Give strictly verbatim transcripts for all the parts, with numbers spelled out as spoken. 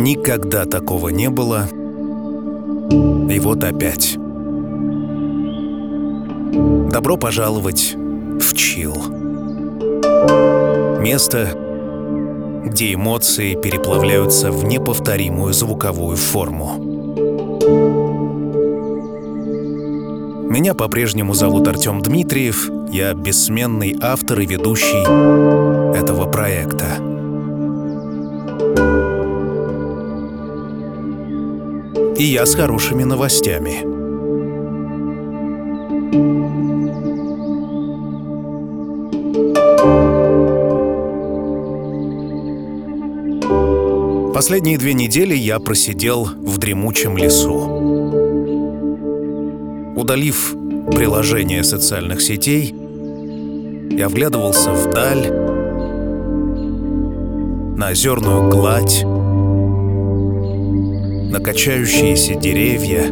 Никогда такого не было. И вот опять. Добро пожаловать в чилл. Место, где эмоции переплавляются в неповторимую звуковую форму. Меня по-прежнему зовут Артем Дмитриев. Я бессменный автор и ведущий этого проекта. И я с хорошими новостями. Последние две недели я просидел в дремучем лесу. Удалив приложение социальных сетей, я вглядывался вдаль, на озерную гладь, на качающиеся деревья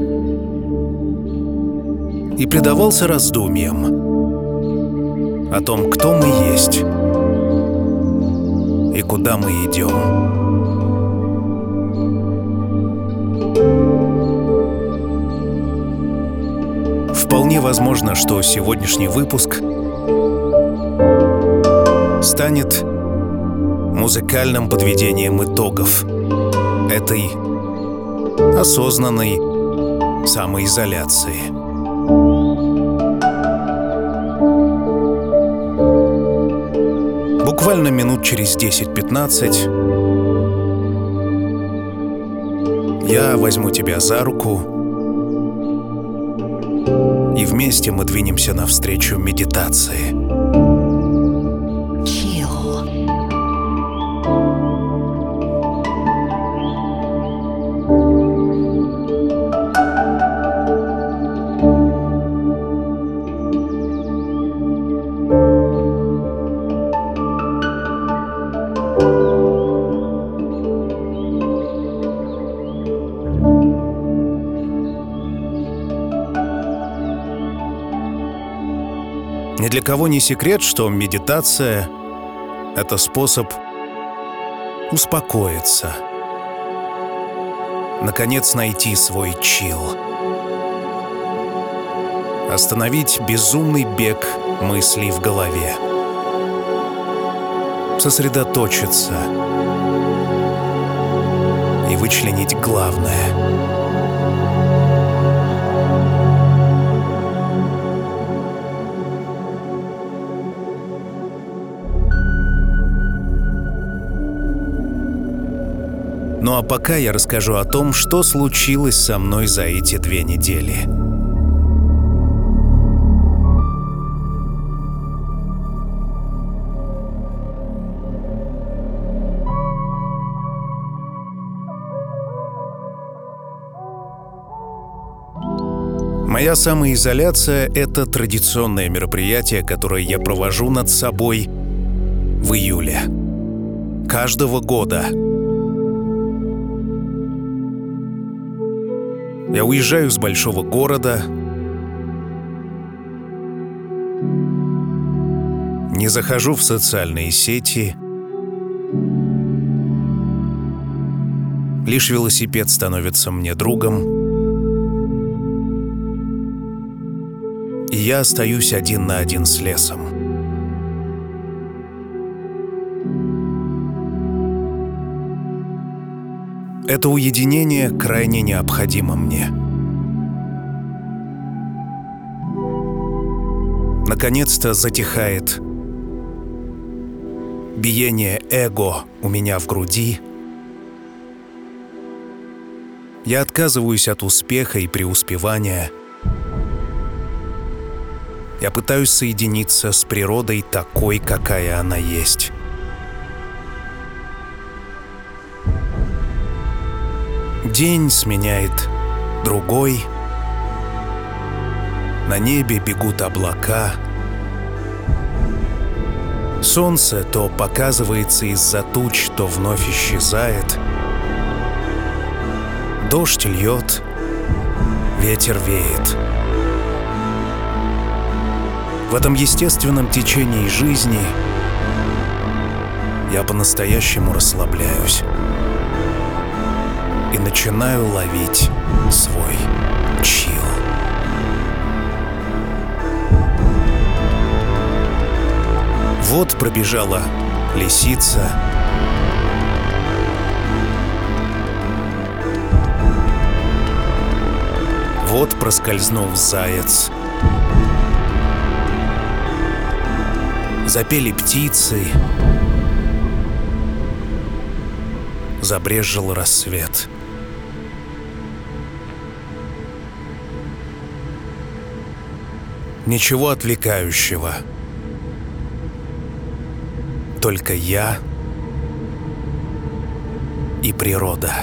и предавался раздумьям о том, кто мы есть и куда мы идем. Вполне возможно, что сегодняшний выпуск станет музыкальным подведением итогов этой осознанной самоизоляции. Буквально минут через десять-пятнадцать я возьму тебя за руку, и вместе мы двинемся навстречу медитации. Ни для кого не секрет, что медитация — это способ успокоиться, наконец найти свой чилл, остановить безумный бег мыслей в голове, сосредоточиться и вычленить главное. Ну а пока я расскажу о том, что случилось со мной за эти две недели. Моя самоизоляция — это традиционное мероприятие, которое я провожу над собой в июле каждого года. Я уезжаю из большого города, не захожу в социальные сети, лишь велосипед становится мне другом, и я остаюсь один на один с лесом. Это уединение крайне необходимо мне. Наконец-то затихает биение эго у меня в груди. Я отказываюсь от успеха и преуспевания. Я пытаюсь соединиться с природой такой, какая она есть. День сменяет другой. На небе бегут облака. Солнце то показывается из-за туч, то вновь исчезает. Дождь льет, ветер веет. В этом естественном течении жизни я по-настоящему расслабляюсь. и начинаю ловить свой чил. Вот пробежала лисица. Вот проскользнул заяц. Запели птицы. Забрезжил рассвет. Ничего отвлекающего. Только я и природа.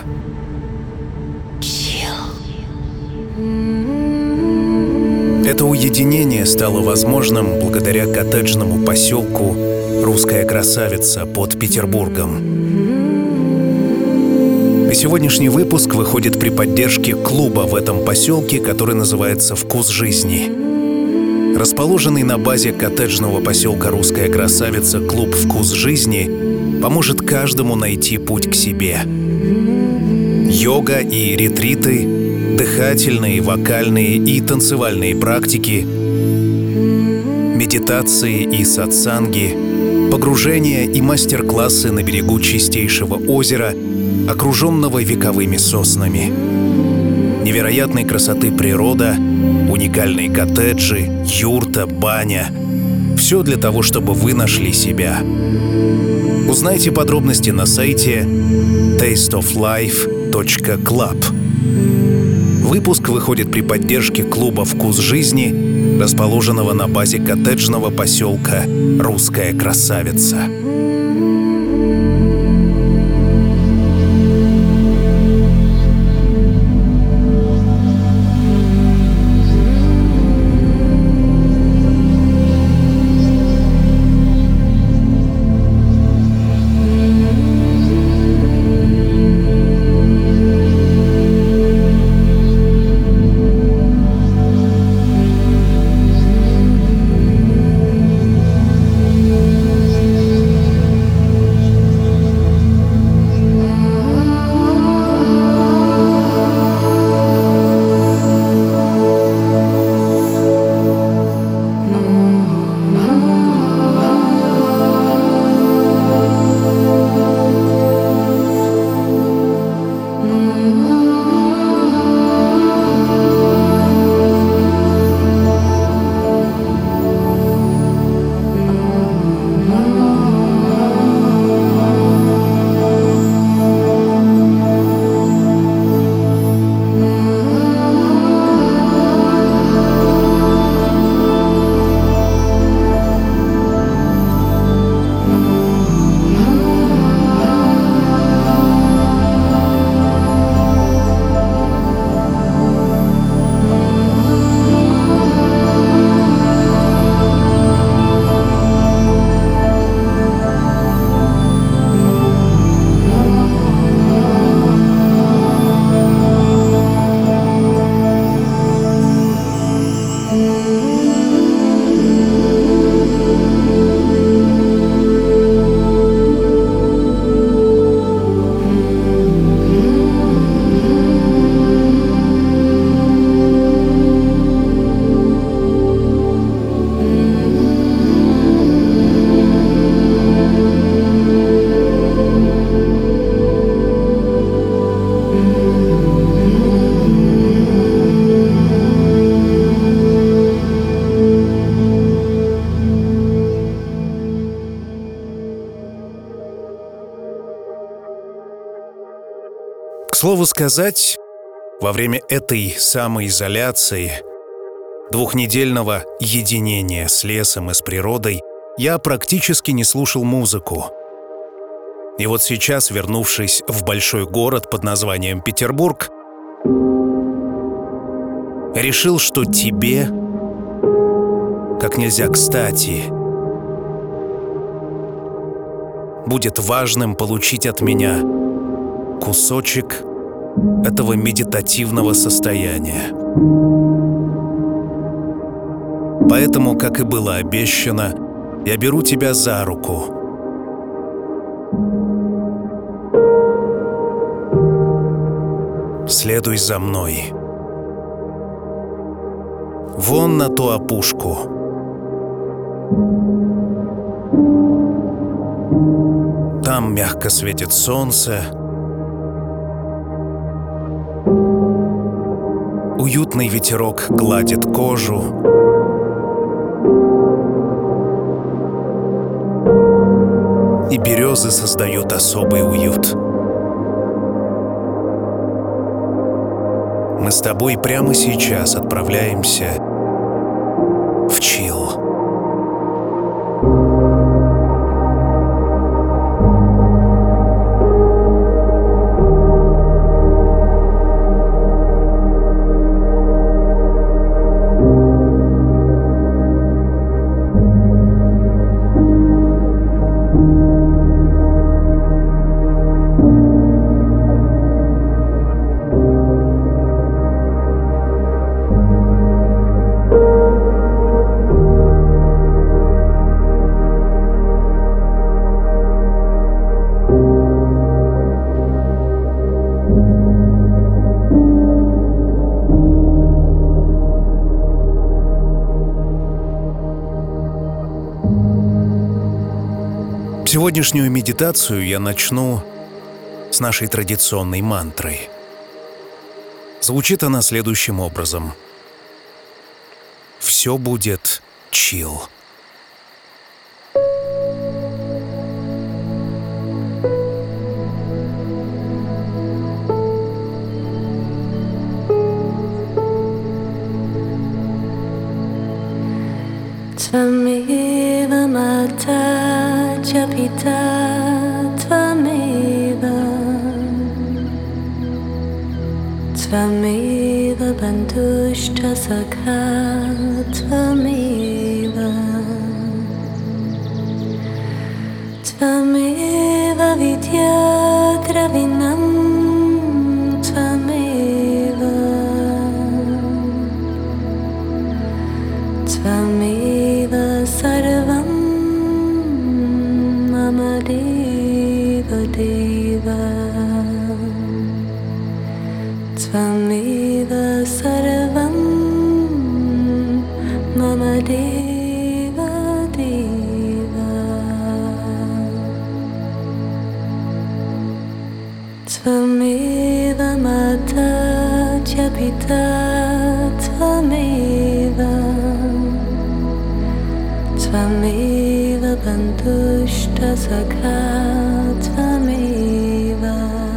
Это уединение стало возможным благодаря коттеджному поселку «Русская красавица» под Петербургом. И сегодняшний выпуск выходит при поддержке клуба в этом поселке, который называется «Вкус жизни». Расположенный на базе коттеджного поселка «Русская красавица» клуб «Вкус жизни» поможет каждому найти путь к себе. Йога и ретриты, дыхательные, вокальные и танцевальные практики, медитации и сатсанги, погружения и мастер-классы на берегу чистейшего озера, окруженного вековыми соснами. Невероятной красоты природа, уникальные коттеджи, юрта, баня. Все для того, чтобы вы нашли себя. Узнайте подробности на сайте тейст оф лайф точка клаб. Выпуск выходит при поддержке клуба «Вкус жизни», расположенного на базе коттеджного поселка «Русская красавица». К слову сказать, во время этой самоизоляции, двухнедельного единения с лесом и с природой, я практически не слушал музыку. И вот сейчас, вернувшись в большой город под названием Петербург, решил, что тебе, как нельзя кстати, будет важным получить от меня кусочек этого медитативного состояния. Поэтому, как и было обещано, я беру тебя за руку. Следуй за мной. Вон на ту опушку. Там мягко светит солнце. Уютный ветерок гладит кожу. И березы создают особый уют. Мы с тобой прямо сейчас отправляемся в чилл. Сегодняшнюю медитацию я начну с нашей традиционной мантры. Звучит она следующим образом. Все будет чилл. Tvameva mata cha pita tvameva Tvameva bantushta sakha tvameva Tvameva vidya dravinam tvameva Tvameva sarvam mama deva deva Tvameva sarvam mama deva deva Tvameva mata cha pita tvameva Tvameva bantushta sakha tvameva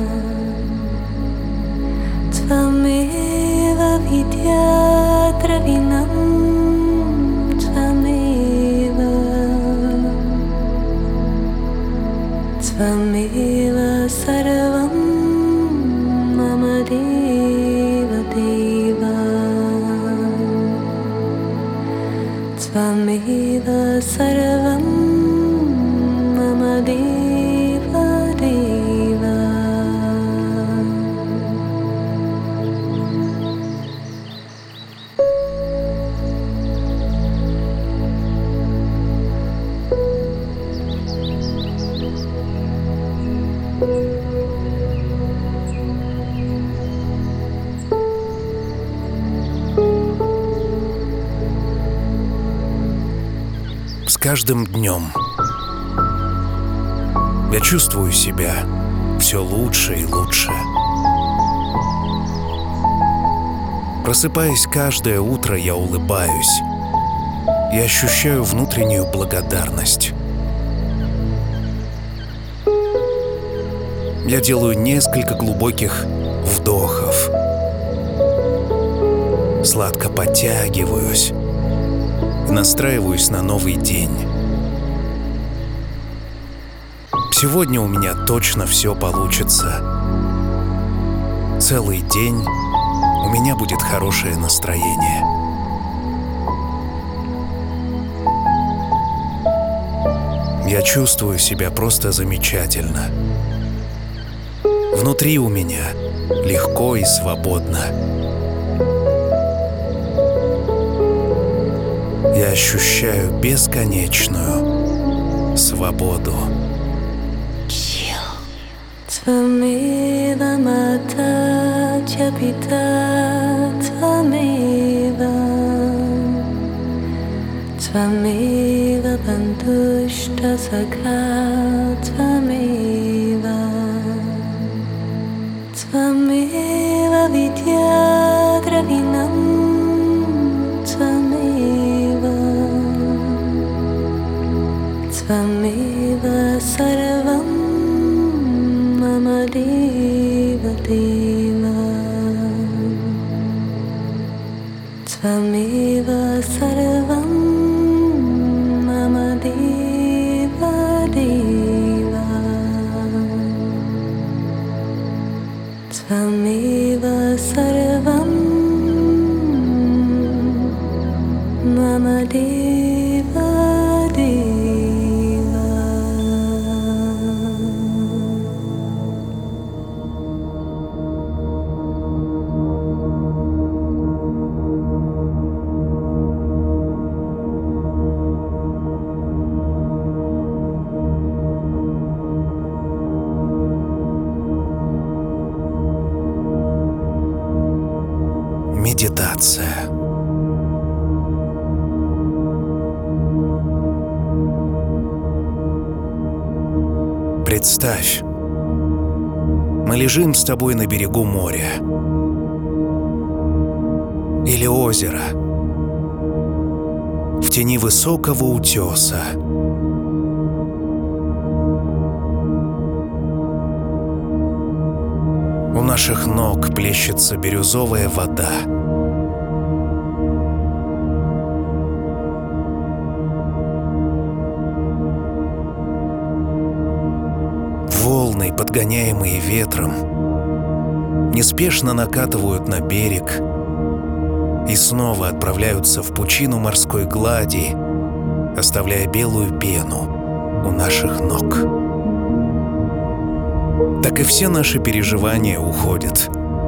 Tvameva vidya dravinam tvameva Tvameva sarvam mama deva deva Tvameva sarvam mama deva deva С каждым днем я чувствую себя все лучше и лучше. Просыпаясь каждое утро, я улыбаюсь и ощущаю внутреннюю благодарность. Я делаю несколько глубоких вдохов, сладко подтягиваюсь и настраиваюсь на новый день. Сегодня у меня точно все получится. Целый день у меня будет хорошее настроение. Я чувствую себя просто замечательно. Внутри у меня легко и свободно. Я ощущаю бесконечную свободу. Tvameva mata cha पिता त्वमेव त्वमेव बन्धुश्च सखा त्वमेव त्वमेव विद्या द्रविणं त्वमेव त्वमेव सर्वं मम देव देव त्वमेव सर्वं मम देव देव त्वमेव सर्वं मम देव देव Медитация. Представь, мы лежим с тобой на берегу моря или озера, в тени высокого утеса. У наших ног плещется бирюзовая вода. Волны, подгоняемые ветром, неспешно накатывают на берег и снова отправляются в пучину морской глади, оставляя белую пену у наших ног. Так и все наши переживания уходят,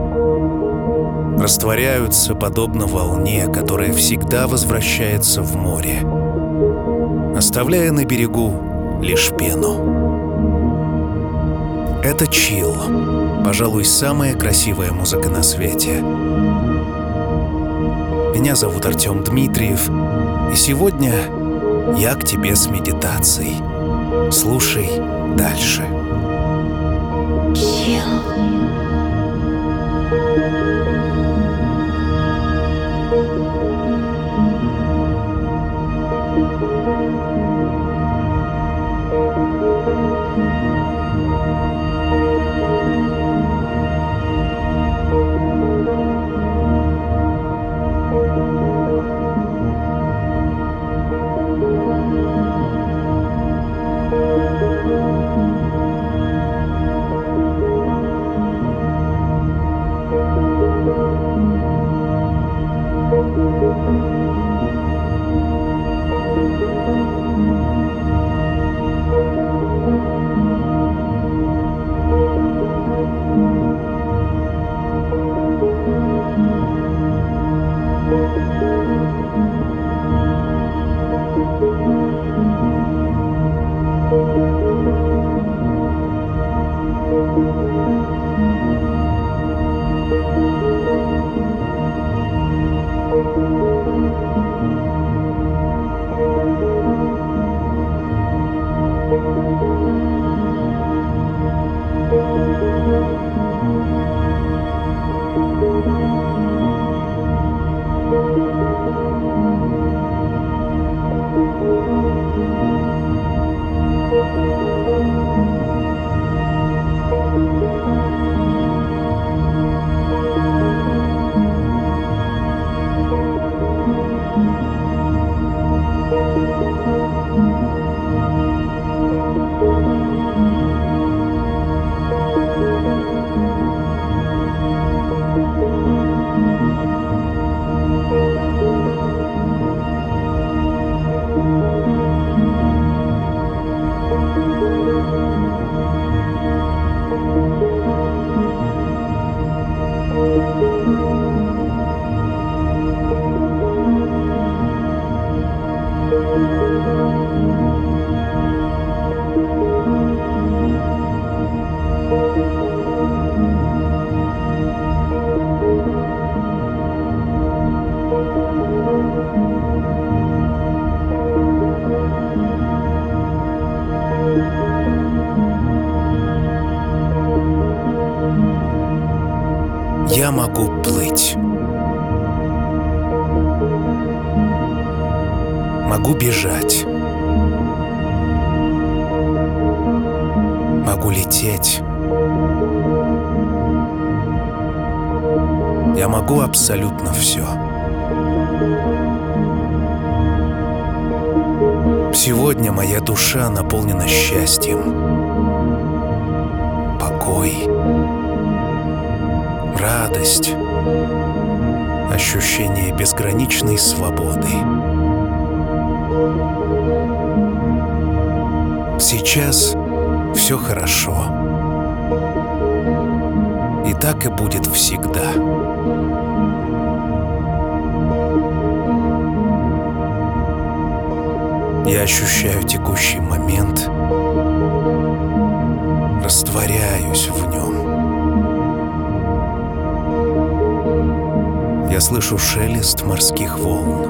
растворяются подобно волне, которая всегда возвращается в море, оставляя на берегу лишь пену. Это чилл, пожалуй, самая красивая музыка на свете. Меня зовут Артем Дмитриев, и сегодня я к тебе с медитацией. Слушай дальше. Thank you. Я могу плыть. Могу бежать. Могу лететь. Я могу абсолютно все. Сегодня моя душа наполнена счастьем, покой, радость, ощущение безграничной свободы. Сейчас все хорошо. И так и будет всегда. Я ощущаю текущий момент, растворяюсь в нем. Я слышу шелест морских волн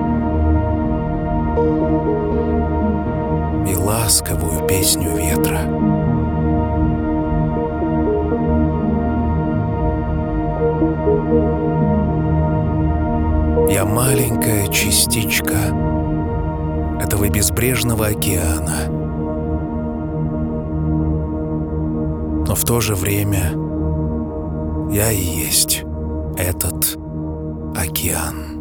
и ласковую песню ветра. Я маленькая частичка этого безбрежного океана, но в то же время я и есть этот океан.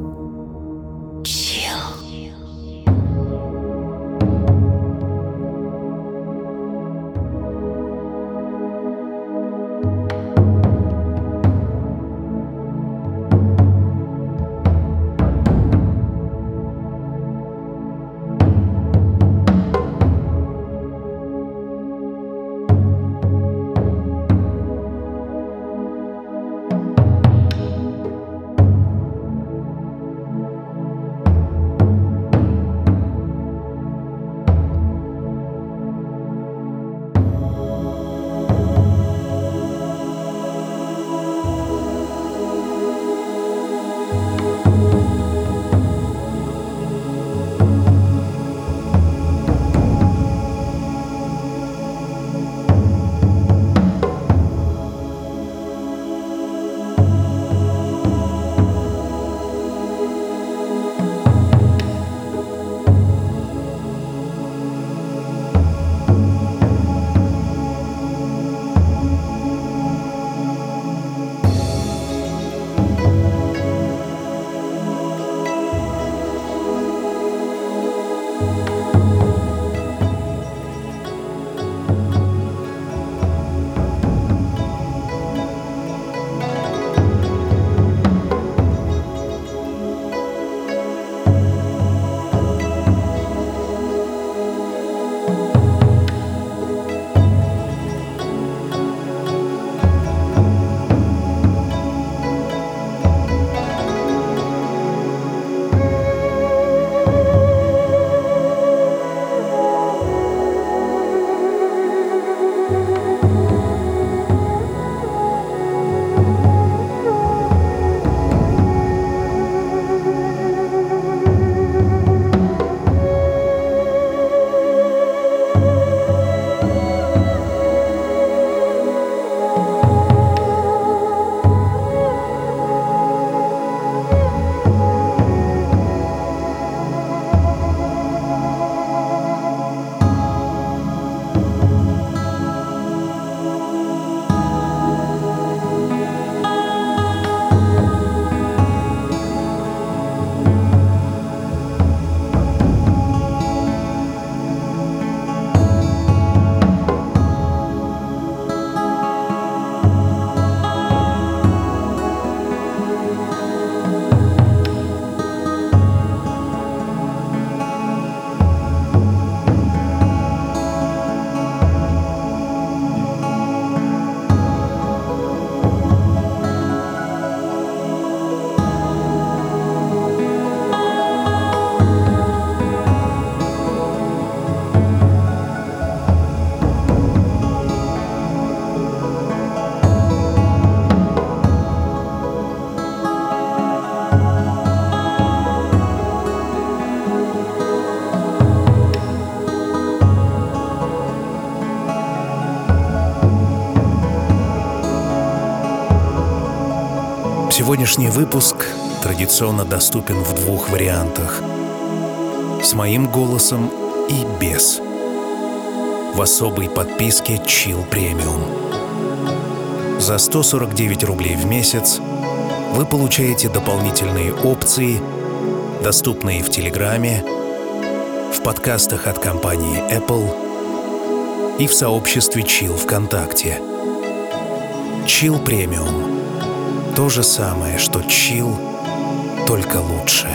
Сегодняшний выпуск традиционно доступен в двух вариантах: с моим голосом и без, в особой подписке Chill Premium. За сто сорок девять рублей в месяц вы получаете дополнительные опции, доступные в Телеграме, в подкастах от компании Apple и в сообществе Chill ВКонтакте. Chill Premium — то же самое, что Chill, только лучше.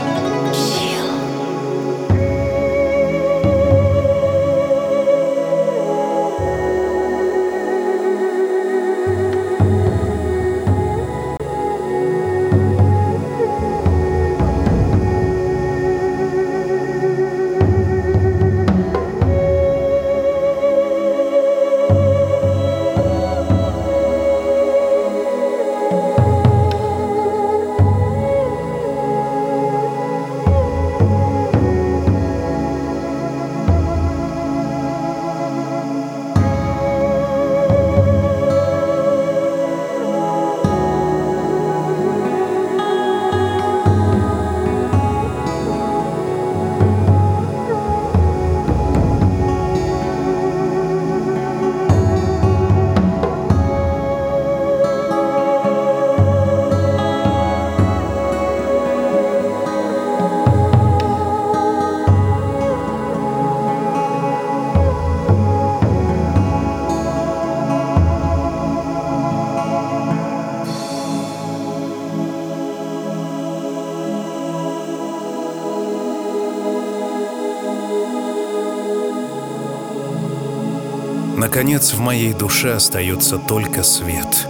Наконец, в моей душе остается только свет,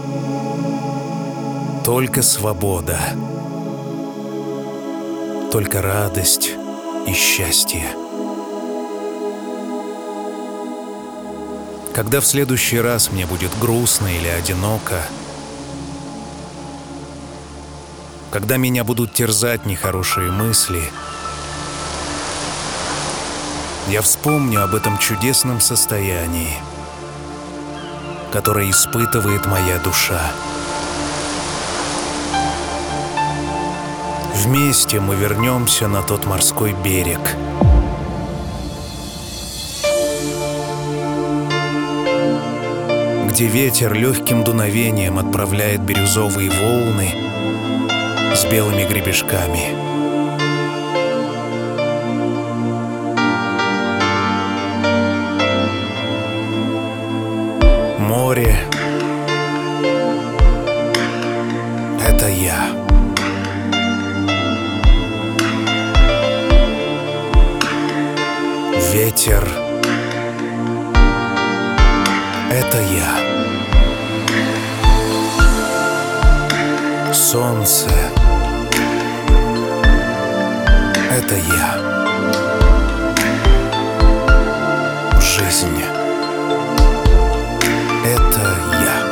только свобода, только радость и счастье. Когда в следующий раз мне будет грустно или одиноко, когда меня будут терзать нехорошие мысли, я вспомню об этом чудесном состоянии, которое испытывает моя душа. Вместе мы вернемся на тот морской берег, где ветер легким дуновением отправляет бирюзовые волны с белыми гребешками. Море — это я. Ветер — это я. Солнце — это я. Жизнь — это я.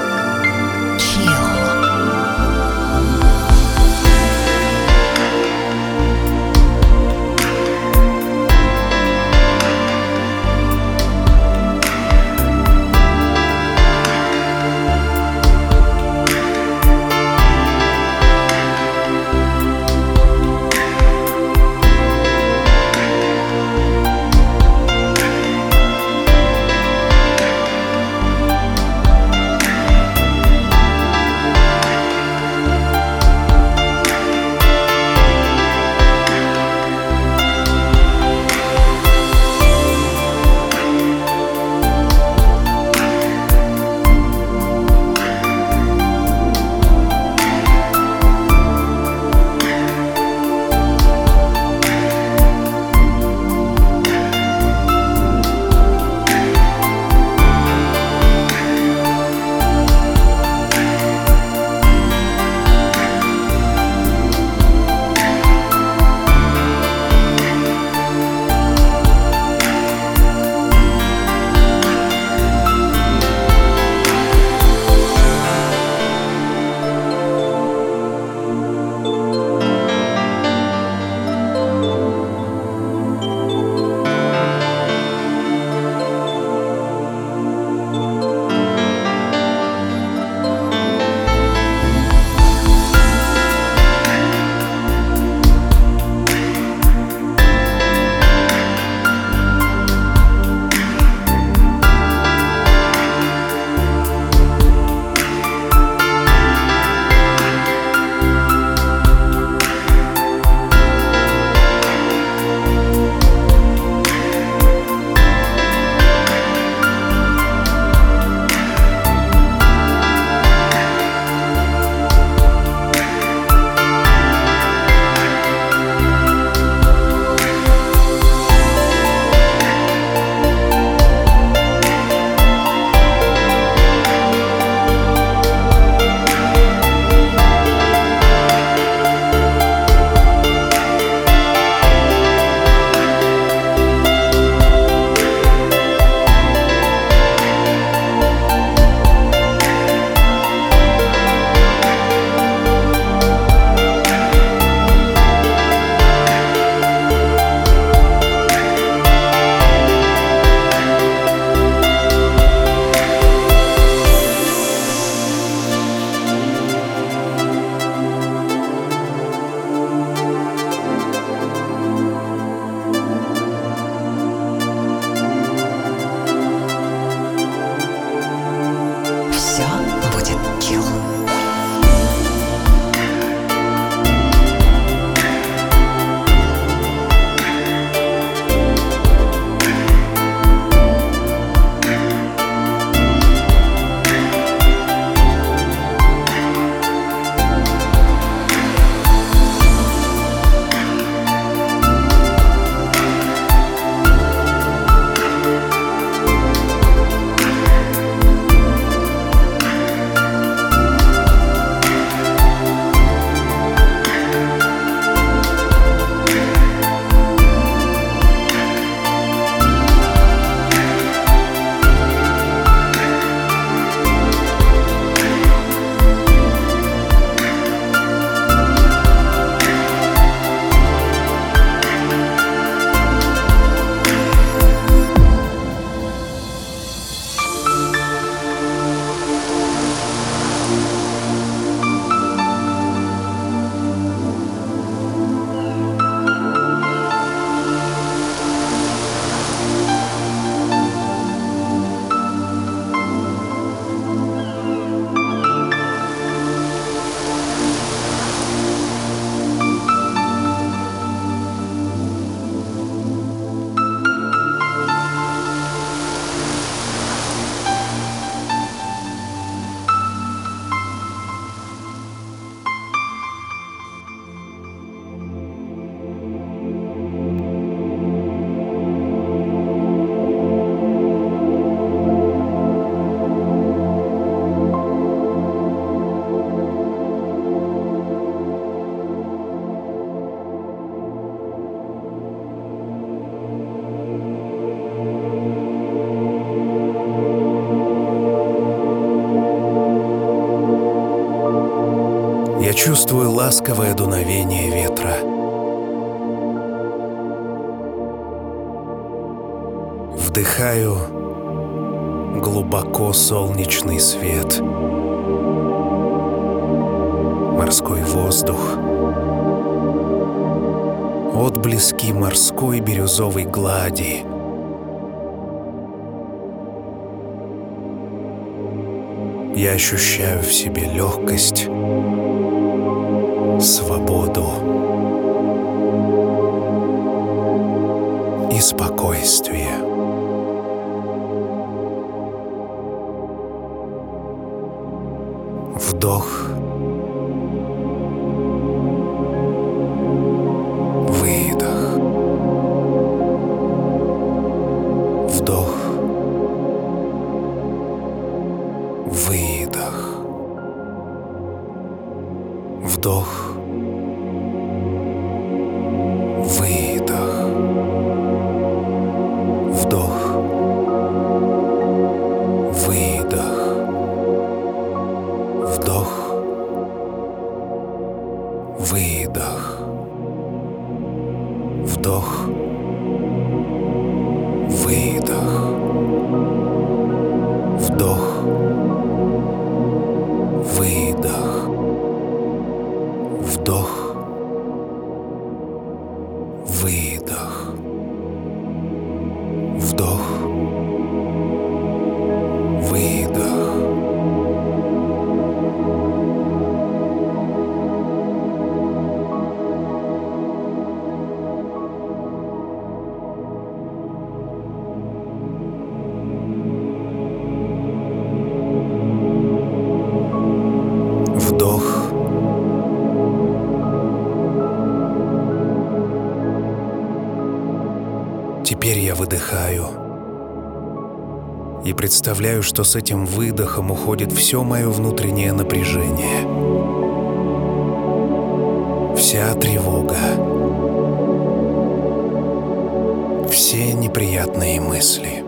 чувствую ласковое дуновение ветра. Вдыхаю глубоко солнечный свет, морской воздух, отблески морской бирюзовой глади. Я ощущаю в себе легкость, свободу и спокойствие. Вдох, выдох, вдох, выдох, вдох, выдох, вдох, выдох, вдох, выдох, вдох, выдох, вдох, выдох, вдох, выдох, вдох, выдох. Вдох. Теперь я выдыхаю и представляю, что с этим выдохом уходит все мое внутреннее напряжение, вся тревога, все неприятные мысли.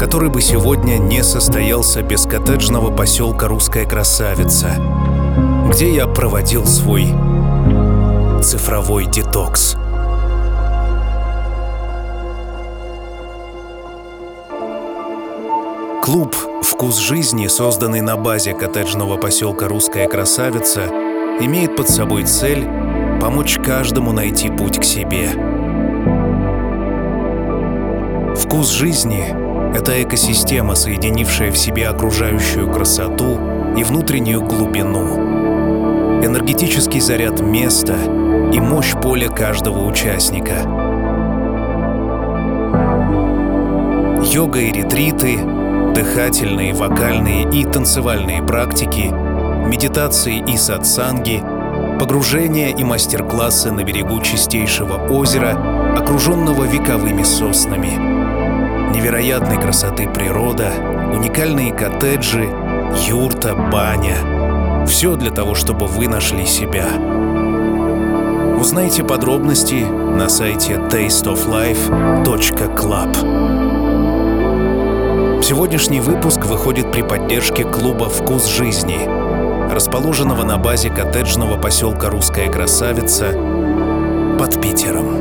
который бы сегодня не состоялся без коттеджного поселка «Русская красавица», где я проводил свой цифровой детокс. Клуб «Вкус жизни», созданный на базе коттеджного поселка «Русская красавица», имеет под собой цель помочь каждому найти путь к себе. «Вкус жизни» — это экосистема, соединившая в себе окружающую красоту и внутреннюю глубину, энергетический заряд места и мощь поля каждого участника. Йога и ретриты, дыхательные, вокальные и танцевальные практики, медитации и сатсанги, погружения и мастер-классы на берегу чистейшего озера, окруженного вековыми соснами, невероятной красоты природа, уникальные коттеджи, юрта, баня. Все для того, чтобы вы нашли себя. Узнайте подробности на сайте taste of life точка club. Сегодняшний выпуск выходит при поддержке клуба «Вкус жизни», расположенного на базе коттеджного поселка «Русская красавица» под Питером.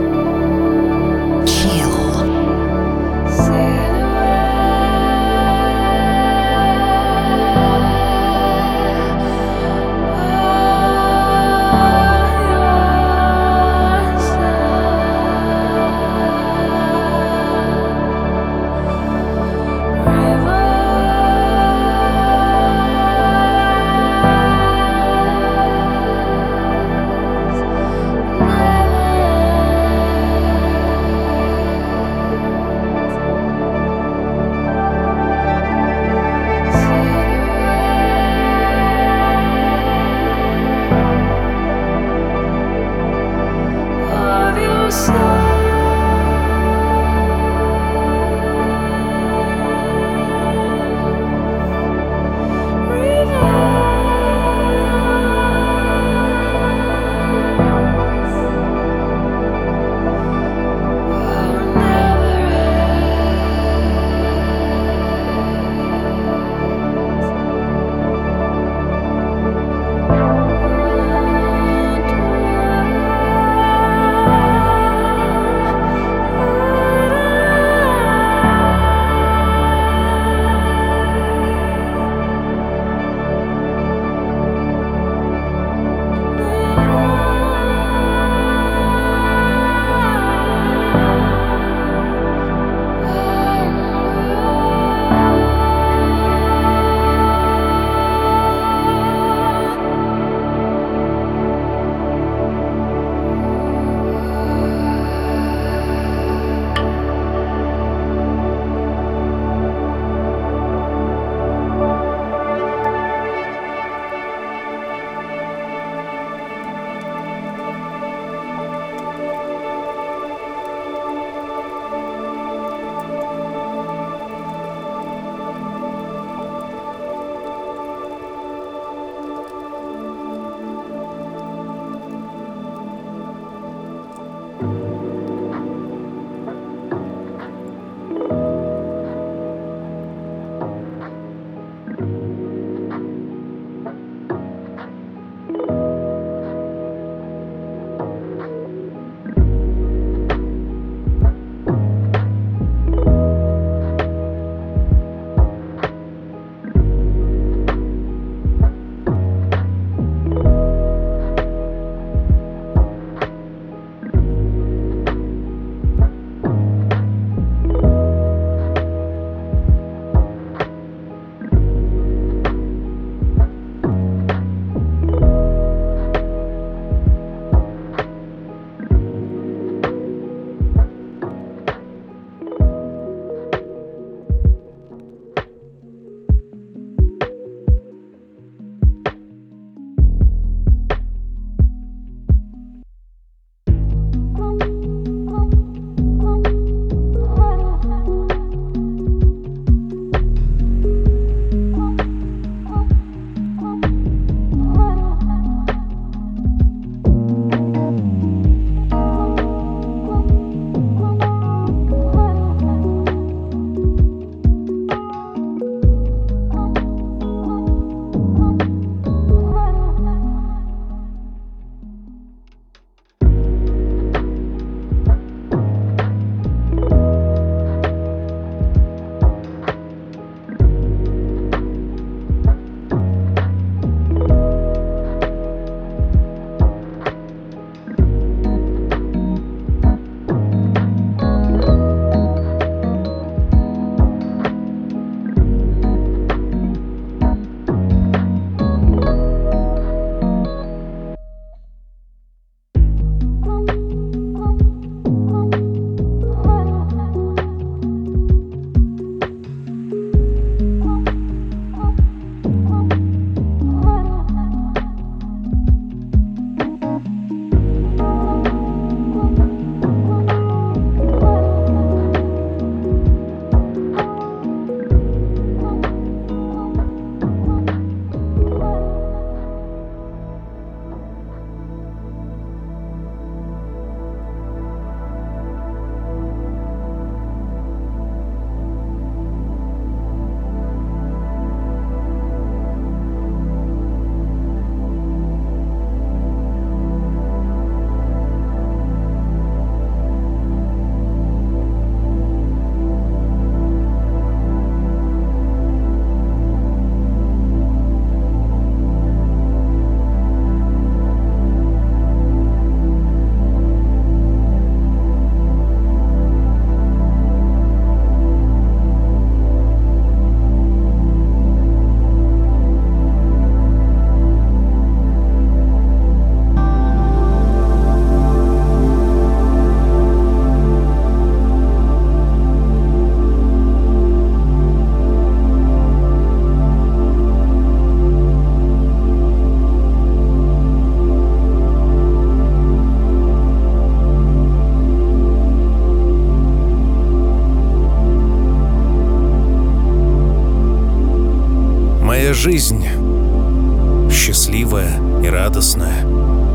Моя жизнь счастливая и радостная.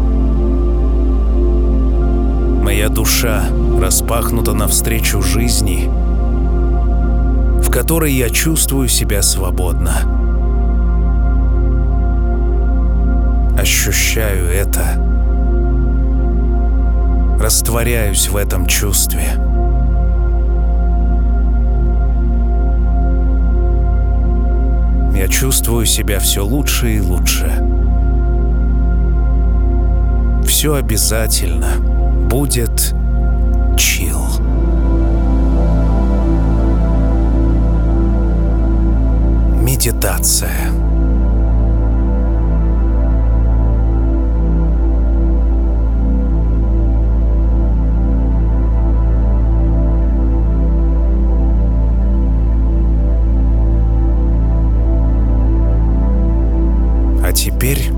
Моя душа распахнута навстречу жизни, в которой я чувствую себя свободно. Ощущаю это, растворяюсь в этом чувстве. Я чувствую себя все лучше и лучше. Все обязательно будет чилл. Медитация. А теперь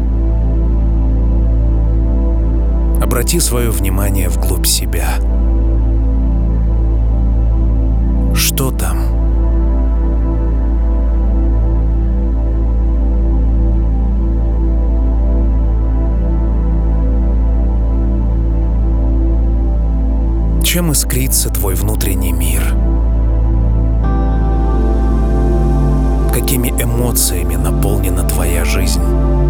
обрати свое внимание вглубь себя. Что там? Чем искрится твой внутренний мир? Какими эмоциями наполнена твоя жизнь?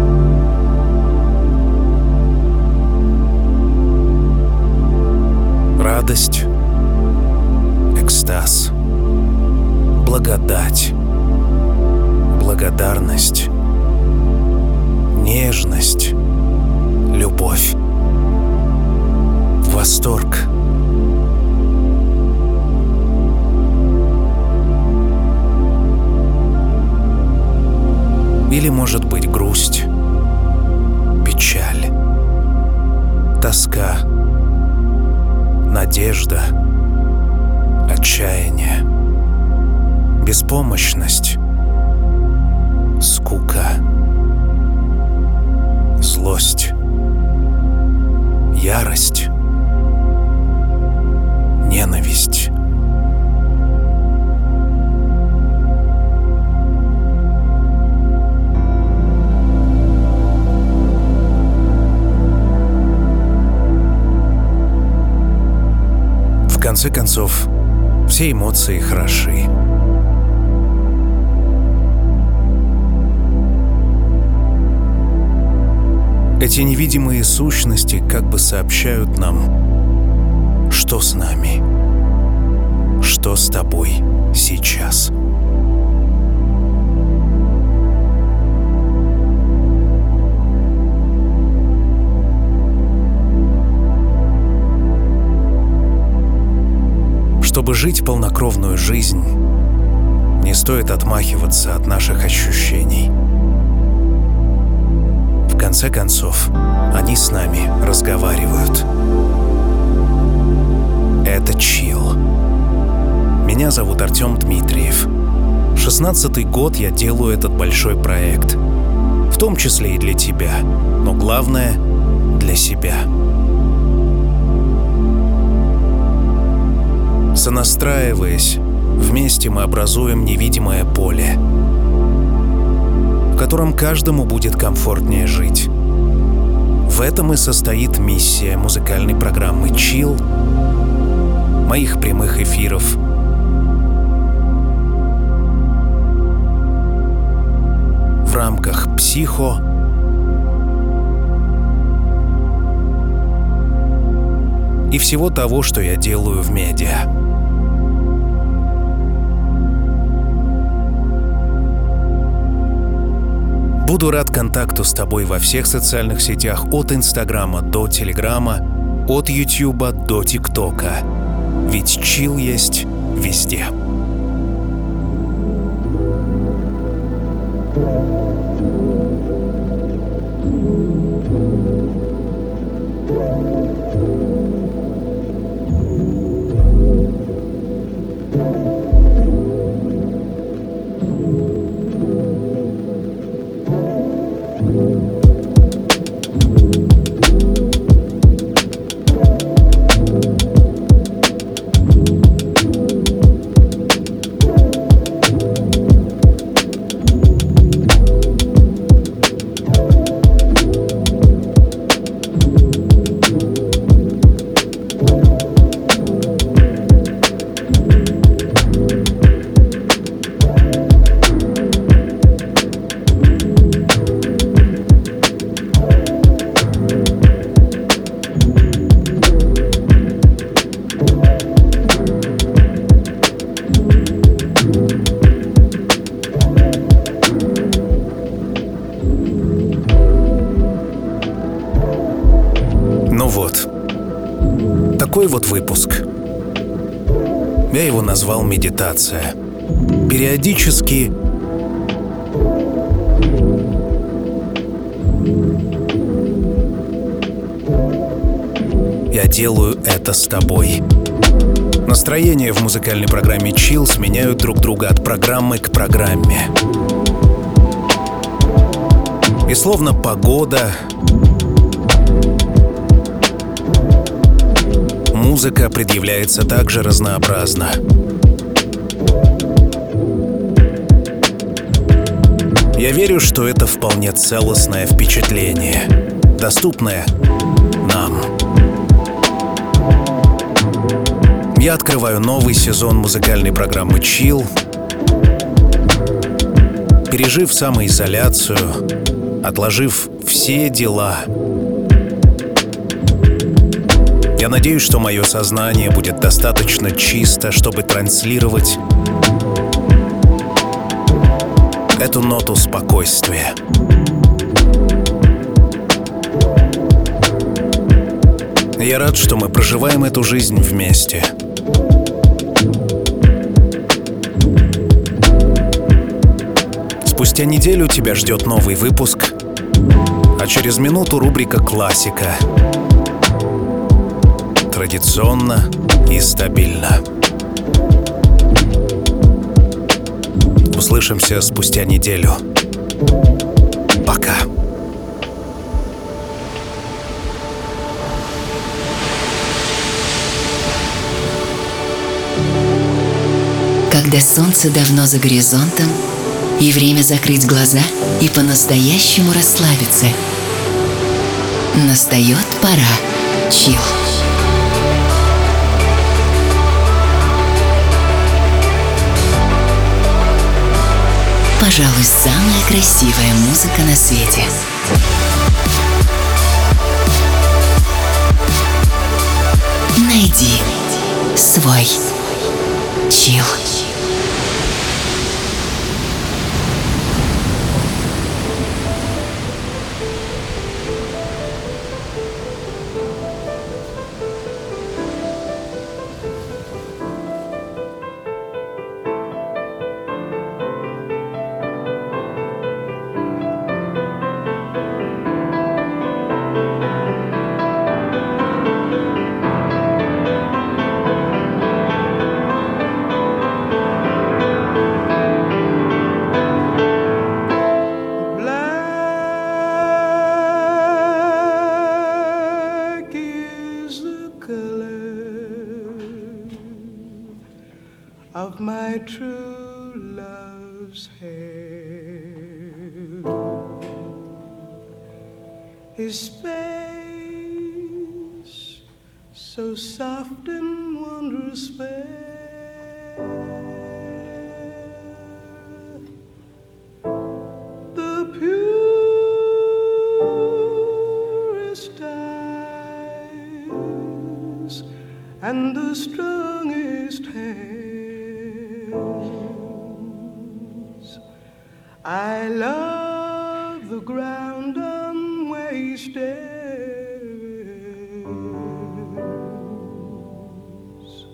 Радость, экстаз, благодать, благодарность, нежность, любовь, восторг. Или, может быть, грусть, печаль, тоска, надежда, отчаяние, беспомощность, скука, злость, ярость, ненависть. В конце концов, все эмоции хороши. Эти невидимые сущности как бы сообщают нам, что с нами, что с тобой сейчас. Чтобы жить полнокровную жизнь, не стоит отмахиваться от наших ощущений. В конце концов, они с нами разговаривают. Это чилл. Меня зовут Артем Дмитриев. шестнадцатый год я делаю этот большой проект. В том числе и для тебя, но главное — для себя. Сонастраиваясь, вместе мы образуем невидимое поле, в котором каждому будет комфортнее жить. В этом и состоит миссия музыкальной программы Chill, моих прямых эфиров, в рамках психо и всего того, что я делаю в медиа. Буду рад контакту с тобой во всех социальных сетях, от Инстаграма до Телеграма, от Ютьюба до ТикТока. Ведь чилл есть везде. Такой вот выпуск. Я его назвал «Медитация». Периодически я делаю это с тобой. Настроения в музыкальной программе Chill сменяют друг друга от программы к программе. И словно погода, музыка предъявляется также разнообразно. Я верю, что это вполне целостное впечатление, доступное нам. Я открываю новый сезон музыкальной программы Chill, пережив самоизоляцию, отложив все дела. Я надеюсь, что мое сознание будет достаточно чисто, чтобы транслировать эту ноту спокойствия. Я рад, что мы проживаем эту жизнь вместе. Спустя неделю тебя ждет новый выпуск, а через минуту рубрика «Классика». Традиционно и стабильно. Услышимся спустя неделю. Пока. Когда солнце давно за горизонтом, и время закрыть глаза и по-настоящему расслабиться, настает пора Chill. Пожалуй, самая красивая музыка на свете. Найди свой Chill. Of my true love's hair, his face so soft and wondrous fair, the purest eyes and the strongest hands. I love the ground on where he stares.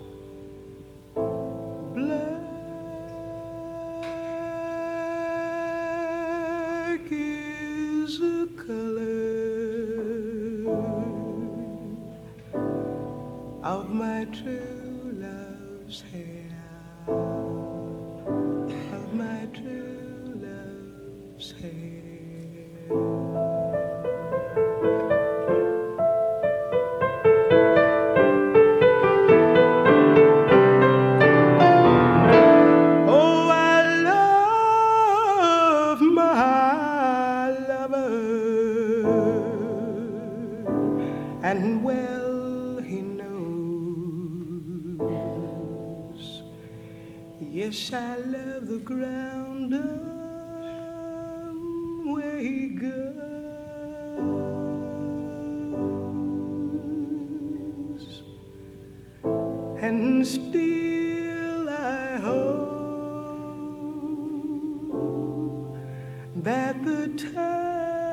Black is the color of my true love's hair, of my true hair. Oh, I love my lover, and well he knows. Yes, I love the ground where he goes, and still I hope that the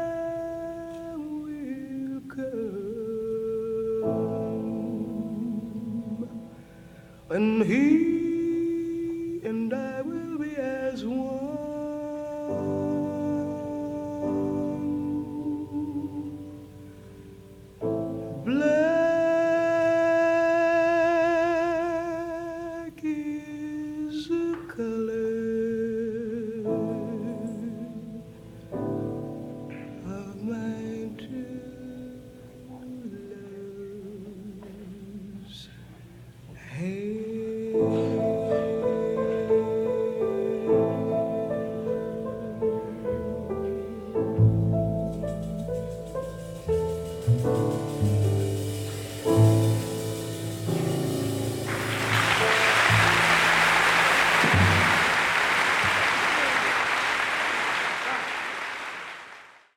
time will come when he